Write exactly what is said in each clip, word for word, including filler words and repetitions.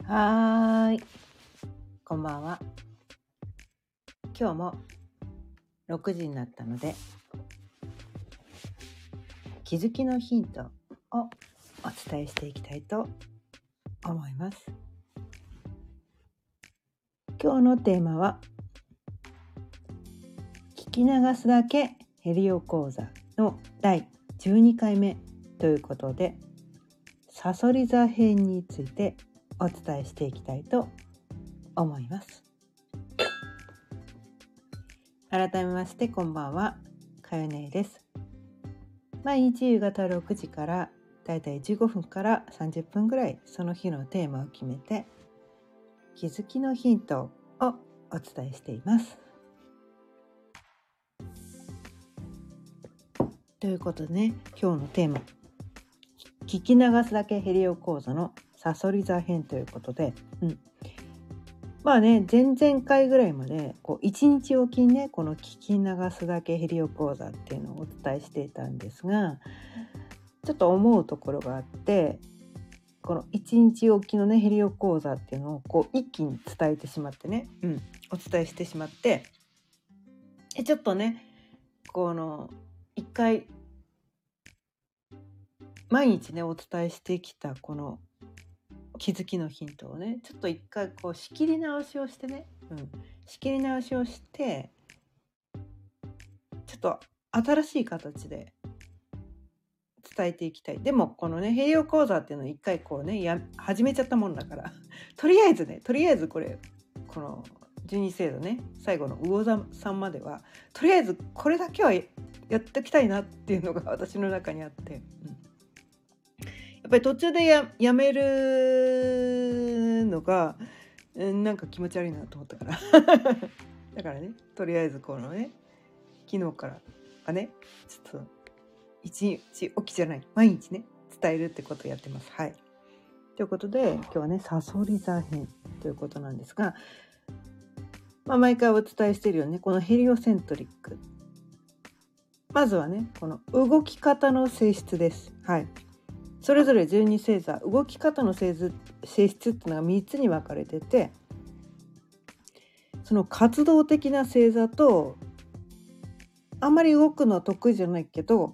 はーい、こんばんは。今日もろくじになったので気づきのヒントをお伝えしていきたいと思います。今日のテーマは聞き流すだけヘリオ講座のだいじゅうにかいめということで、さそり座編についてお伝えしていきたいと思います。改めましてこんばんは、かよねです。毎日夕方ろくじからだいたいじゅうごふんからさんじゅっぷんぐらい、その日のテーマを決めて気づきのヒントをお伝えしています。ということでね、今日のテーマ、聞き流すだけヘリオ講座のさそり座編ということで、うん、まあね、前々回ぐらいまでこういちにちおきにね、この聞き流すだけヘリオ講座っていうのをお伝えしていたんですが、ちょっと思うところがあって、このいちにちおきのねヘリオ講座っていうのをこう一気に伝えてしまってね、うん、お伝えしてしまって、えちょっとね、この一回毎日ねお伝えしてきたこの気づきのヒントをね、ちょっと一回こう仕切り直しをしてね、うん、仕切り直しをしてちょっと新しい形で伝えていきたい。でもこのねヘリオ講座っていうのを一回こうねや始めちゃったもんだからとりあえずねとりあえずこれこのじゅうに星座ね最後の魚座さんまではとりあえずこれだけはやっておきたいなっていうのが私の中にあって、うん、やっぱり途中で や, やめるのが、うん、なんか気持ち悪いなと思ったからだからねとりあえずこのね昨日からはねちょっと一日おきじゃない毎日ね伝えるってことをやってます。はい。ということで今日はねさそり座編ということなんですが、まあ、毎回お伝えしているようにねこのヘリオセントリック、まずはねこの動き方の性質です。はい。それぞれじゅうに星座動き方の性質性質っていうのがみっつに分かれてて、その活動的な星座とあんまり動くのは得意じゃないけど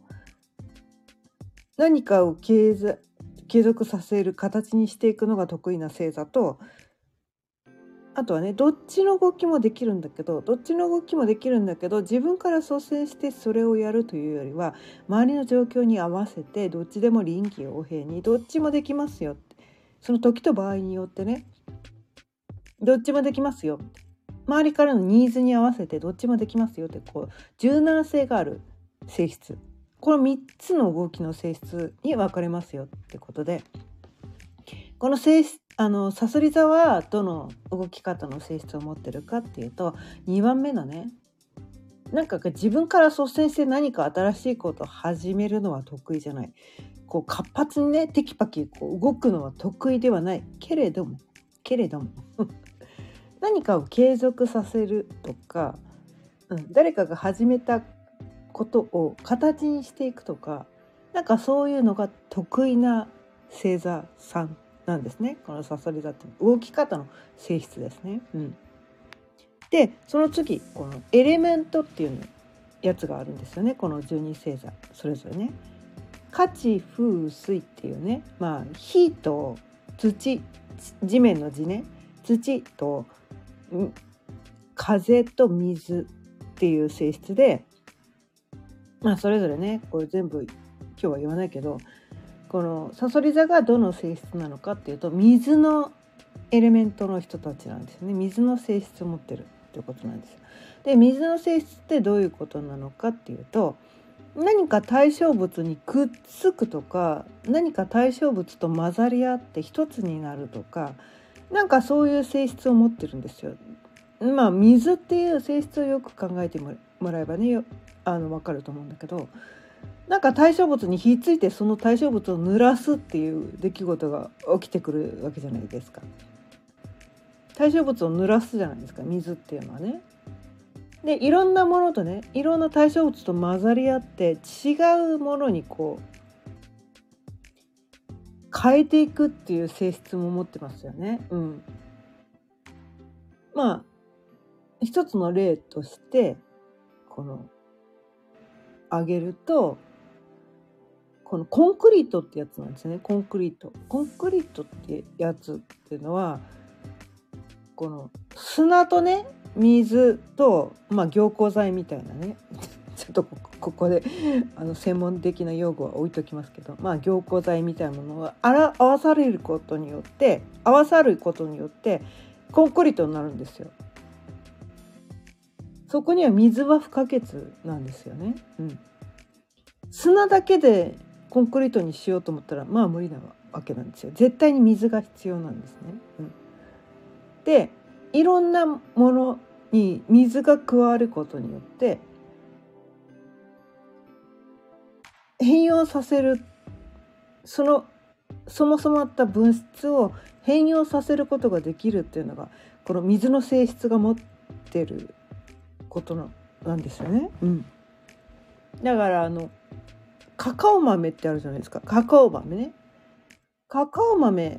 何かを継続させる形にしていくのが得意な星座と、あとはねどっちの動きもできるんだけどどっちの動きもできるんだけど自分から率先してそれをやるというよりは周りの状況に合わせてどっちでも臨機応変にどっちもできますよって、その時と場合によってねどっちもできますよ、周りからのニーズに合わせてどっちもできますよってこう柔軟性がある性質、このみっつの動きの性質に分かれますよってことで、この性質あのさそり座はどの動き方の性質を持ってるかっていうと、にばんめのねなんか自分から率先して何か新しいことを始めるのは得意じゃない、こう活発にねテキパキこう動くのは得意ではないけれどもけれども何かを継続させるとか、うん、誰かが始めたことを形にしていくとか、なんかそういうのが得意な星座さんなんですね。このさそり座って動き方の性質ですね。うん、でその次このエレメントっていうやつがあるんですよね。このじゅうに星座それぞれね、火地風水っていうね、まあ火と土、地面の字ね、土と風と水っていう性質で、まあそれぞれねこれ全部今日は言わないけど、このさそり座がどの性質なのかっていうと水のエレメントの人たちなんですね。水の性質を持ってるということなんです。で水の性質ってどういうことなのかっていうと、何か対象物にくっつくとか何か対象物と混ざり合って一つになるとか、なんかそういう性質を持ってるんですよ。まあ水っていう性質をよく考えてもらえばねあの分かると思うんだけど、なんか対象物にひっついてその対象物を濡らすっていう出来事が起きてくるわけじゃないですか。対象物を濡らすじゃないですか、水っていうのはね。でいろんなものとねいろんな対象物と混ざり合って違うものにこう変えていくっていう性質も持ってますよね。うん、まあ一つの例としてこの挙げると、このコンクリートってやつなんですね。コンクリートコンクリートってやつっていうのは、この砂とね水と、まあ、凝固剤みたいなねちょっとこ こ, ここであの専門的な用語は置いときますけど、まあ、凝固剤みたいなものがあら合わされることによって合わさることによってコンクリートになるんですよ。そこには水は不可欠なんですよね。うん、砂だけでコンクリートにしようと思ったらまあ無理なわけなんですよ。絶対に水が必要なんですね。うん、でいろんなものに水が加わることによって変容させる、そのそもそもあった物質を変容させることができるっていうのがこの水の性質が持ってることのなんですよね。うん、だからあのカカオ豆ってあるじゃないですか。カカオ豆ね。カカオ豆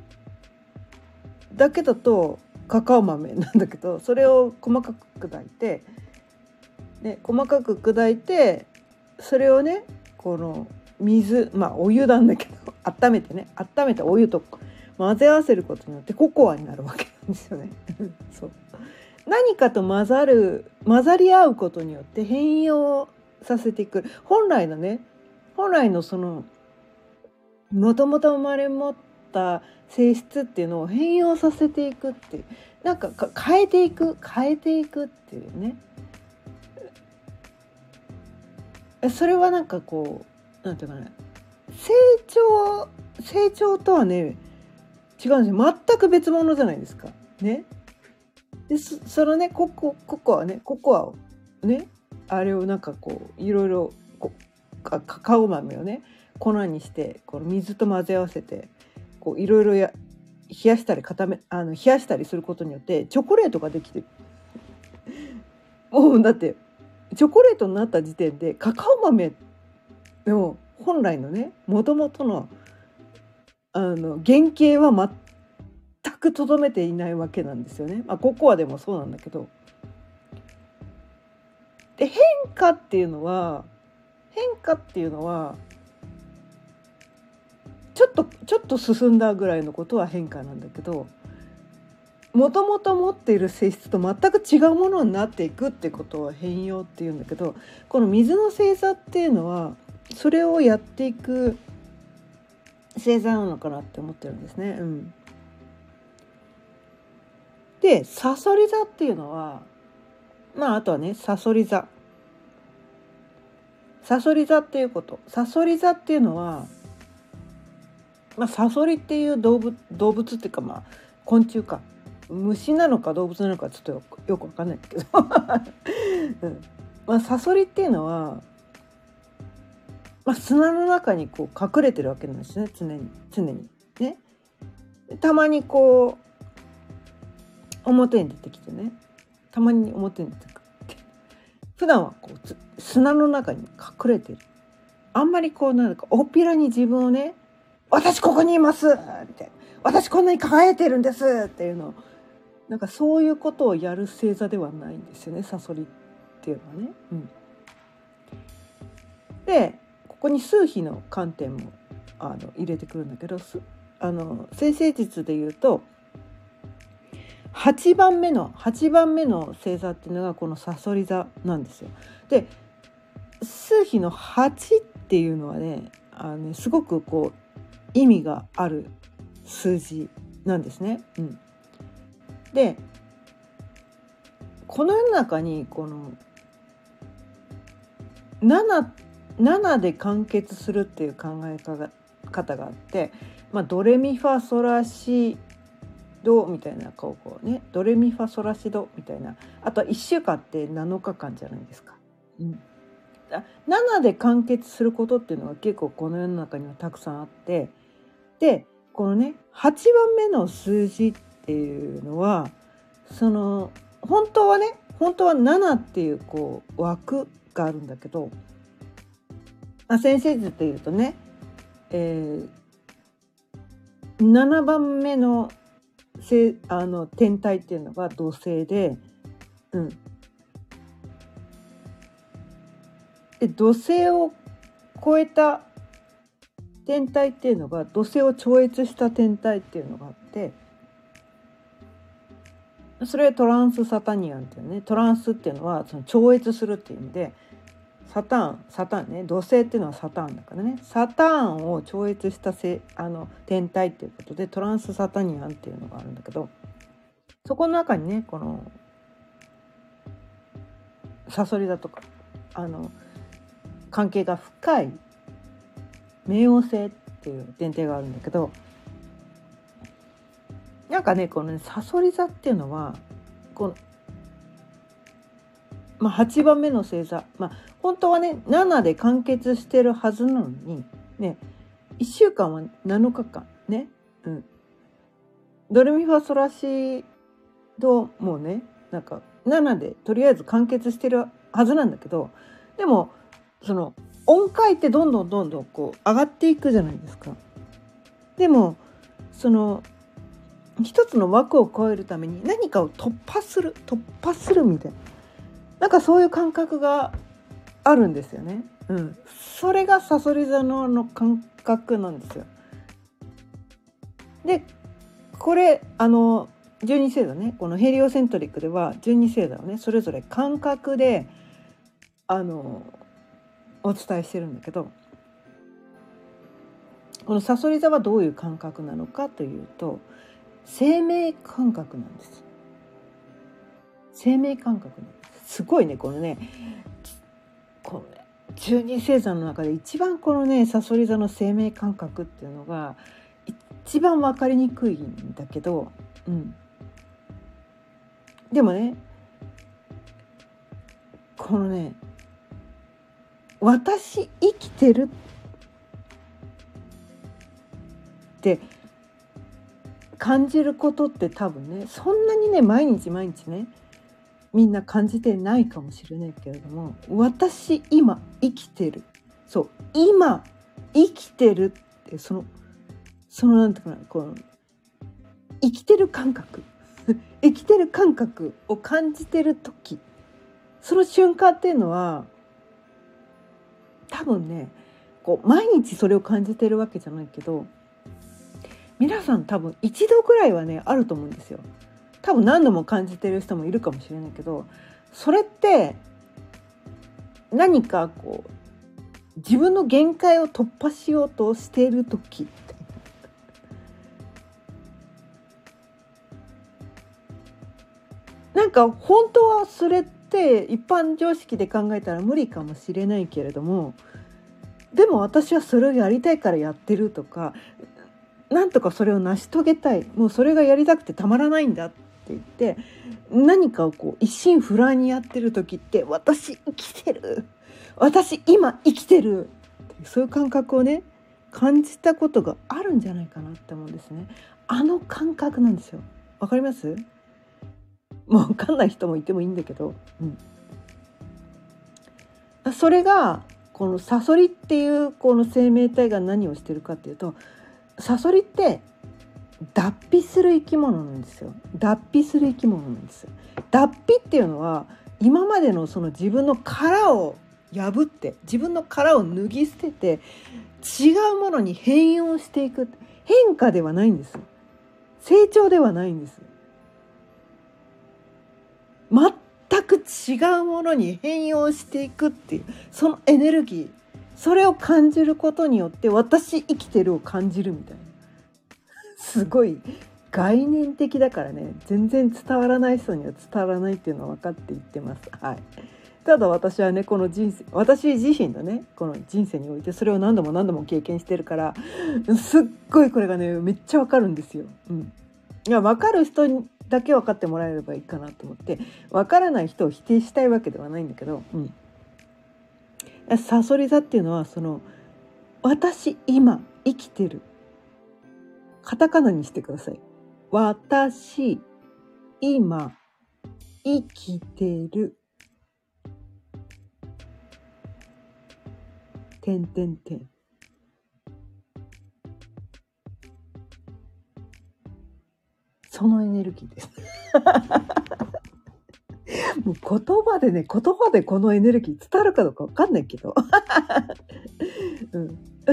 だけだとカカオ豆なんだけど、それを細かく砕いて、ね、細かく砕いてそれをねこの水、まあお湯なんだけど温めてね温めてお湯と混ぜ合わせることによってココアになるわけなんですよね。そう、何かと混ざる混ざり合うことによって変容させていく、本来のね本来のそのもともと生まれ持った性質っていうのを変容させていくっていう、なんか変えていく変えていくっていうね、それはなんかこうなんていうかな、成長成長とはね違うんですよ。全く別物じゃないですかね。で そ, そのねココココアねココアをねあれをなんかこういろいろこカカオ豆をね粉にしてこの水と混ぜ合わせてこういろいろや冷やしたり固めあの冷やしたりすることによってチョコレートができてる。もうだってチョコレートになった時点でカカオ豆の本来のねもともとのあの原型は全くとどめていないわけなんですよね。まあ、ココアでもそうなんだけど、で変化っていうのは変化っていうのはちょっとちょっと進んだぐらいのことは変化なんだけど、もともと持っている性質と全く違うものになっていくってことは変容っていうんだけど、この水の星座っていうのはそれをやっていく星座なのかなって思ってるんですね。うん、でさそり座っていうのはまああとはねさそり座さそり座っていうことさそり座っていうのは、まあ、サソリっていう動物動物っていうかまあ昆虫か虫なのか動物なのかちょっとよくよく分かんないんだけど、うんまあ、サソリっていうのは、まあ、砂の中にこう隠れてるわけなんですね。常に常にね。たまにこう表に出てきてね、たまに表に出てくる。普段はこう砂の中に隠れてる。あんまりこうなんか大っぴらに自分をね、私ここにいますって私こんなに輝いてるんですっていうのをなんかそういうことをやる星座ではないんですよね、サソリっていうのはね。うん、でここに数比の観点もあの入れてくるんだけど、あの占星術でいうとはちばんめのはちばんめの星座っていうのがこのサソリ座なんですよ。で数比のはちっていうのはね、あのねすごくこう意味がある数字なんですね。うん、でこの世の中にこの なな, ななで完結するっていう考え方があって、まあ、ドレミファソラシドみたいなこうねドレミファソラシドみたいな、あとはいっしゅうかんってなのかかんじゃないですか。うん、ななで完結することっていうのは結構この世の中にはたくさんあって、でこのねはちばんめの数字っていうのはその本当はね本当はななっていうこう枠があるんだけど、まあ、先生術っていうとね、えー、 ななばんめのせあの天体っていうのが土星で、うん、で土星を超えた天体っていうのが土星を超越した天体っていうのがあって、それはトランスサタニアンっていうね、トランスっていうのはその超越するっていう意味で、サターンサターンね、土星っていうのはサターンだからね、サターンを超越したせあの天体っていうことでトランスサタニアンっていうのがあるんだけど、そこの中にねこのサソリだとかあの関係が深い冥王星っていう天体があるんだけど、なんかねこのねサソリ座っていうのはこの、まあ、はちばんめの星座、まあ本当はねななで完結してるはずなのにね、いっしゅうかんはなのかかんね、うん、ドレミファソラシドもねなんかななでとりあえず完結してるはずなんだけど、でもその音階ってどんどんどんどんこう上がっていくじゃないですか。でもその一つの枠を超えるために何かを突破する突破するみたいな、なんかそういう感覚があるんですよね。うん、それがサソリ座のの感覚なんですよ。でこれあのじゅうに星座ね、このヘリオセントリックではじゅうに星座をねそれぞれ感覚であのお伝えしてるんだけど、このサソリ座はどういう感覚なのかというと、生命感覚なんです。生命感覚なんです。すごいねこのねこのねじゅうに星座の中で一番このねサソリ座の生命感覚っていうのが一番分かりにくいんだけど、うん、でもねこのね私生きてるって感じることって多分ねそんなにね毎日毎日ねみんな感じてないかもしれないけれども、私今生きてる、そう今生きてるってそのそのなんていうかな、この生きてる感覚生きてる感覚を感じてる時、その瞬間っていうのは多分ねこう毎日それを感じてるわけじゃないけど、皆さん多分一度ぐらいはねあると思うんですよ。多分何度も感じてる人もいるかもしれないけど、それって何かこう自分の限界を突破しようとしている時、なんか本当はそれって一般常識で考えたら無理かもしれないけれども、でも私はそれをやりたいからやってるとか、なんとかそれを成し遂げたい、もうそれがやりたくてたまらないんだって言って何かをこう一心不乱にやってる時って、私生きてる、私今生きてるっていう、そういう感覚をね感じたことがあるんじゃないかなって思うんですね。あの感覚なんですよ。わかります？もう分かんない人もいてもいいんだけど、うん、それがこのサソリっていうこの生命体が何をしてるかっていうと、サソリって脱皮する生き物なんですよ。脱皮する生き物なんですよ。脱皮っていうのは今までのその自分の殻を破って、自分の殻を脱ぎ捨てて違うものに変容していく。変化ではないんです。成長ではないんです。全く違うものに変容していくっていう、そのエネルギー、それを感じることによって私生きてるを感じるみたいな、すごい概念的だからね、全然伝わらない人には伝わらないっていうのは分かって言ってます。はい。ただ私はねこの人生、私自身のねこの人生においてそれを何度も何度も経験してるから、すっごいこれがねめっちゃ分かるんですよ。うん、いや分かる人にだけ分かってもらえればいいかなと思って、分からない人を否定したいわけではないんだけど、うん、サソリ座っていうのはその私今生きてる、カタカナにしてください。私今生きてるてんてんてん。 そのエネルギーですもう言葉でね言葉でこのエネルギー伝わるかどうか分かんないけど、うん、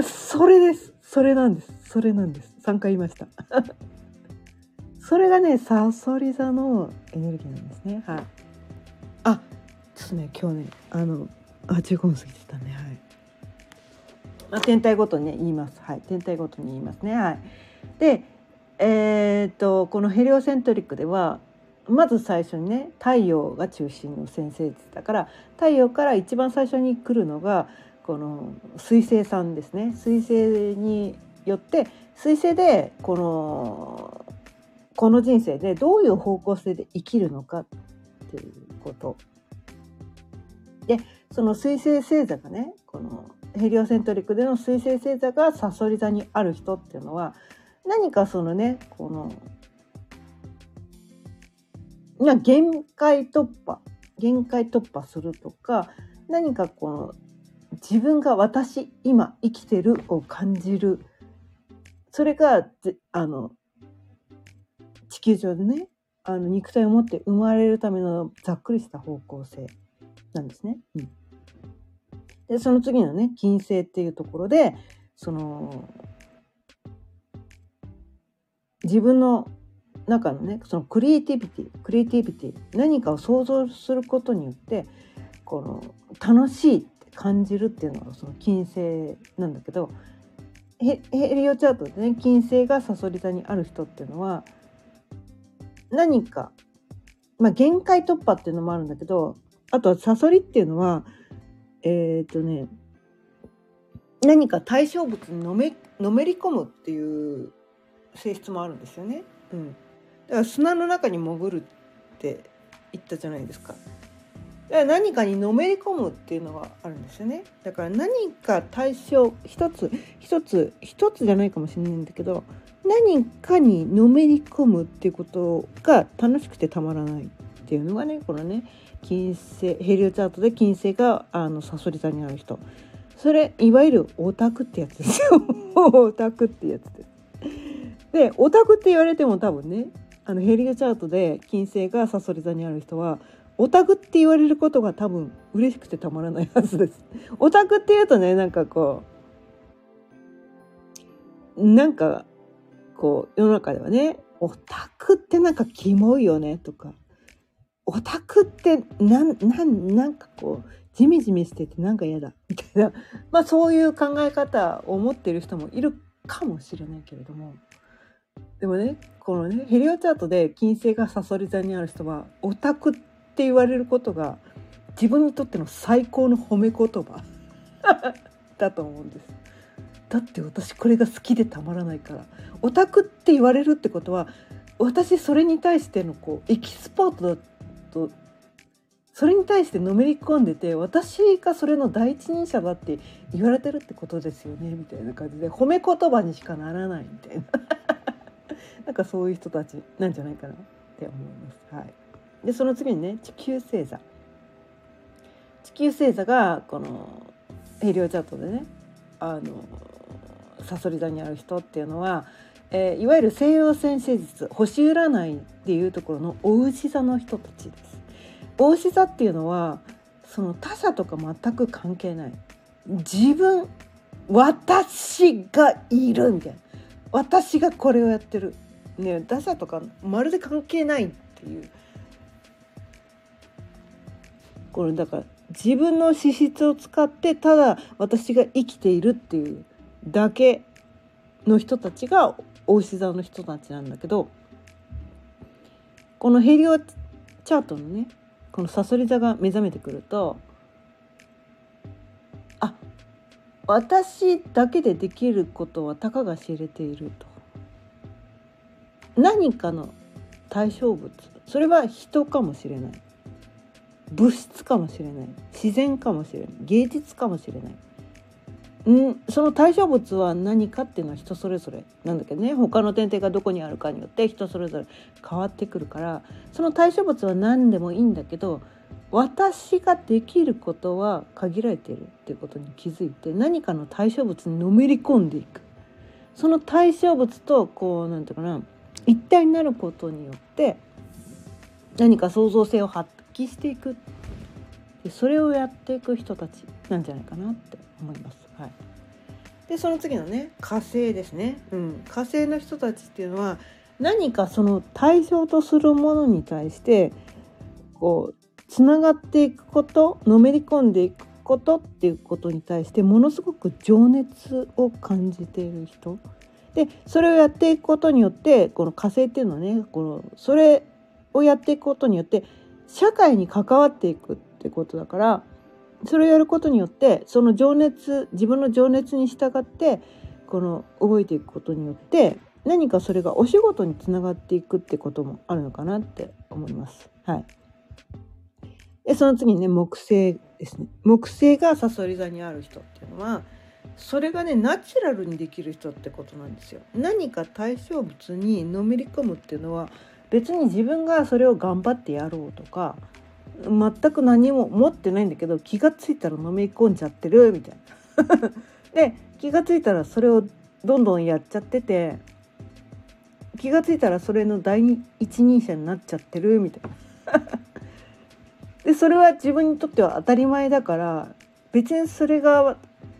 それですそれなんですそれなんですさんかい言いましたそれがねさそり座のエネルギーなんですね。はい。あ、ちょっとね今日ねあのあじゅうごふん過ぎてたね。はい。まあ、天体ごとに、ね、言います。はい。天体ごとに言いますね。はい。で、えー、っとこのヘリオセントリックではまず最初にね太陽が中心の先生術だから太陽から一番最初に来るのがこの水星さんですね。水星によって水星でこのこの人生でどういう方向性で生きるのかっていうことで、その水星星座がねこのヘリオセントリックでの水星星座がさそり座にある人っていうのは何かそのねこのいや限界突破限界突破するとか何かこの自分が私今生きてるを感じるそれがあの地球上でねあの肉体を持って生まれるためのざっくりした方向性なんですね。うん、でその次のね金星っていうところでその自分の中のねそのクリエイティビティクリエイティビティ何かを想像することによってこの楽しいって感じるっていうのがその金星なんだけどヘ, ヘリオチャートでね金星がさそり座にある人っていうのは何か、まあ、限界突破っていうのもあるんだけどあとはさそりっていうのはえっ、ー、とね何か対象物にのめ、のめり込むっていう性質もあるんですよね。うん、だから砂の中に潜るって言ったじゃないですか。だから何かにのめり込むっていうのがあるんですよね。だから何か対象一つ一つ一つじゃないかもしれないんだけど何かにのめり込むっていうことが楽しくてたまらないっていうのがねこのね金星ヘリオチャートで金星があのさそり座にある人それいわゆるオタクってやつですよオタクってやつです。でオタクって言われても多分ねあのヘリオチャートで金星がさそり座にある人はオタクって言われることが多分嬉しくてたまらないはずです。オタクって言うとねなんかこうなんかこう世の中ではねオタクってなんかキモいよねとかオタクってなんなんなんかこうジメジメしててなんか嫌だみたいなまあそういう考え方を持ってる人もいるかもしれないけれどもでもねこのねヘリオチャートで金星がさそり座にある人はオタクって言われることが自分にとっての最高の褒め言葉だと思うんです。だって私これが好きでたまらないからオタクって言われるってことは私それに対してのこうエキスパートだとそれに対してのめり込んでて私がそれの第一人者だって言われてるってことですよねみたいな感じで褒め言葉にしかならないみたいななんかそういう人たちなんじゃないかなって思います。はい。でその次にね地球星座地球星座がこのヘリオチャートでねあのさそり座にある人っていうのは、えー、いわゆる西洋占星術星占いっていうところのお牛座の人たちです。お牛座っていうのはその他者とか全く関係ない自分私がいるみたいな私がこれをやってるね他者とかまるで関係ないっていうこれだから自分の資質を使ってただ私が生きているっていうだけの人たちがお牛座の人たちなんだけどこのヘリオチャートのねこのさそり座が目覚めてくるとあ私だけでできることはたかが知れていると何かの対象物それは人かもしれない物質かもしれない自然かもしれない芸術かもしれないんその対象物は何かっていうのは人それぞれなんだけどね他の天体がどこにあるかによって人それぞれ変わってくるからその対象物は何でもいいんだけど私ができることは限られているっていうことに気づいて何かの対象物にのめり込んでいくその対象物とこうなんていうかな一体になることによって何か創造性を発揮していく、でそれをやっていく人たちなんじゃないかなって思います。はい、でその次のね火星ですね、うん、火星の人たちっていうのは何かその対象とするものに対してこうつながっていくこと、のめり込んでいくことっていうことに対してものすごく情熱を感じている人で、それをやっていくことによってこの火星っていうのはね、このそれをやっていくことによって社会に関わっていくってことだから、それをやることによってその情熱、自分の情熱に従ってこの動いていくことによって何かそれがお仕事につながっていくってこともあるのかなって思います。はい。でその次にね木星ですね。木星がさそり座にある人っていうのはそれがねナチュラルにできる人ってことなんですよ。何か対象物にのめり込むっていうのは別に自分がそれを頑張ってやろうとか全く何も持ってないんだけど気がついたらのめり込んじゃってるみたいなで気がついたらそれをどんどんやっちゃってて、気がついたらそれの第一人者になっちゃってるみたいなでそれは自分にとっては当たり前だから別にそれが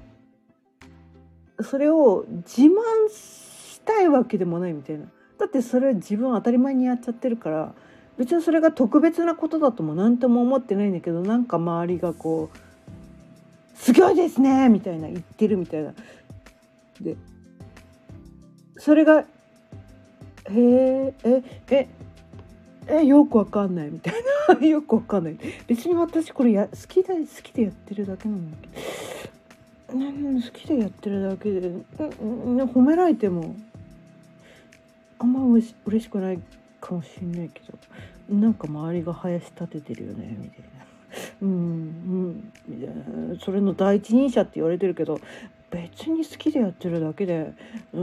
それを自慢したいわけでもないみたいな。だってそれは自分当たり前にやっちゃってるから別にそれが特別なことだとも何とも思ってないんだけど、なんか周りがこうすごいですねみたいな言ってるみたいなで、それがへええええよくわかんないみたいなよくわかんない、別に私これや好きで好きでやってるだけなんだけど、好きでやってるだけで、ね、褒められてもあんまうれし嬉しくないかもしれないけど、なんか周りが林立ててるよねみたいなうんうんみたいな、それの第一人者って言われてるけど別に好きでやってるだけで、うん、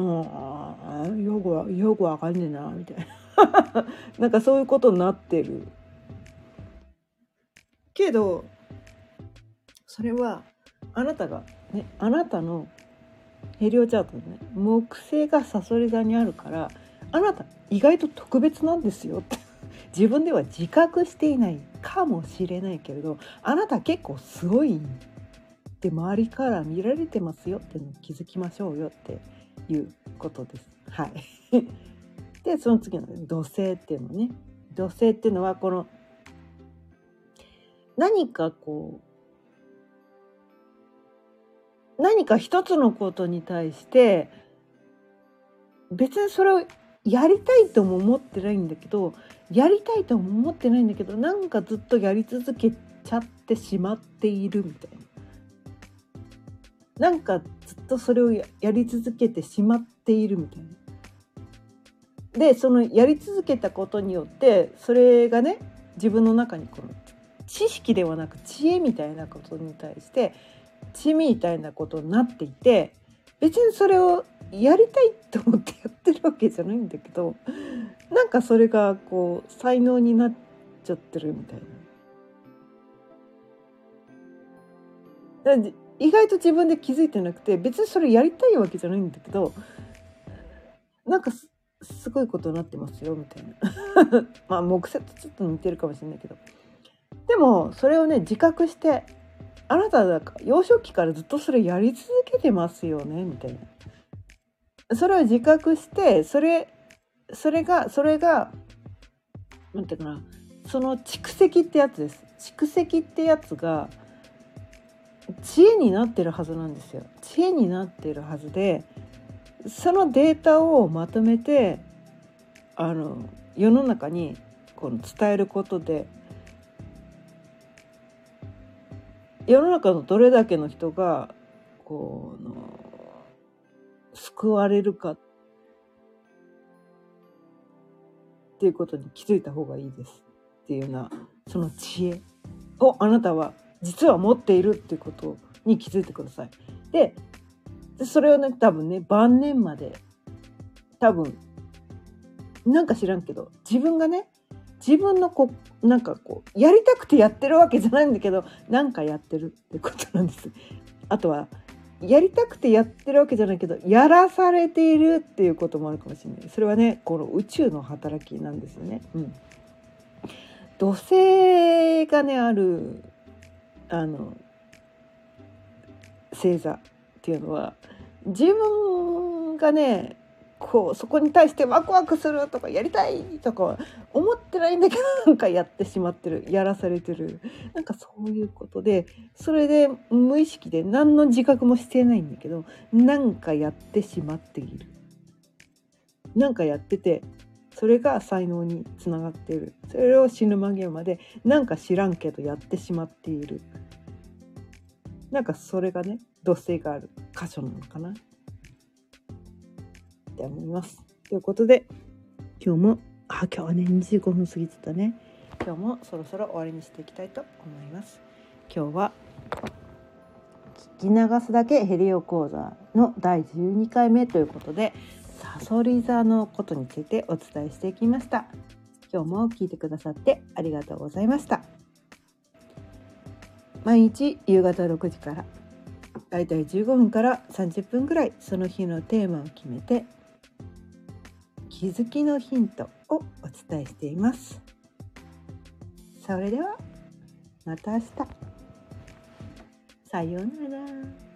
よくわよくわかんねえなみたいななんかそういうことになってるけど、それはあなたがね、あなたのヘリオチャートでね木星がさそり座にあるからあなた意外と特別なんですよって自分では自覚していないかもしれないけれど、あなた結構すごいって周りから見られてますよっていうのを気づきましょうよっていうことです。はいでその次の、ね、土星っていうのね、土星っていうのはこの何かこう何か一つのことに対して別にそれをやりたいとも思ってないんだけどやりたいとも思ってないんだけどなんかずっとやり続けちゃってしまっているみたいな、なんかずっとそれを や, やり続けてしまっているみたいな。でそのやり続けたことによってそれがね自分の中にこの知識ではなく知恵みたいなことに対して知みたいなことになっていて、別にそれをやりたいと思ってやってるわけじゃないんだけど、なんかそれがこう才能になっちゃってるみたいな。だ意外と自分で気づいてなくて別にそれやりたいわけじゃないんだけどなんか す, すごいことになってますよみたいなまあ木星とちょっと似てるかもしれないけど、でもそれをね自覚してあなただから幼少期からずっとそれやり続けてますよねみたいな、それを自覚してそれそれがそれがなんていうかな、その蓄積ってやつです。蓄積ってやつが知恵になってるはずなんですよ。知恵になってるはずで、そのデータをまとめてあの世の中にこの伝えることで世の中のどれだけの人がこうの救われるかっていうことに気づいた方がいいですっていうような、その知恵をあなたは実は持っているっていうことに気づいてください。でそれをね多分ね晩年まで多分なんか知らんけど自分がね自分のこうなんかこうやりたくてやってるわけじゃないんだけどなんかやってるってことなんです。あとはやりたくてやってるわけじゃないけどやらされているっていうこともあるかもしれない。それはねこの宇宙の働きなんですよね。うん、土星がねあるあの星座っていうのは自分がねこうそこに対してワクワクするとかやりたいとか思ってないんだけどなんかやってしまってる、やらされてる、なんかそういうことで、それで無意識で何の自覚もしてないんだけどなんかやってしまっている、なんかやっててそれが才能につながっている、それを死ぬ間際までなんか知らんけどやってしまっている、なんかそれがね土星がある箇所なのかなって思います。ということで今日もあ今日はねにじゅうごふん過ぎてたね。今日もそろそろ終わりにしていきたいと思います。今日は聞き流すだけヘリオ講座のだいじゅうにかいめということでさそり座のことについてお伝えしていきました。今日も聞いてくださってありがとうございました。毎日夕方ろくじからだいたいじゅうごふんからさんじゅっぷんくらいその日のテーマを決めて気づきのヒントをお伝えしています。それではまた明日。さようなら。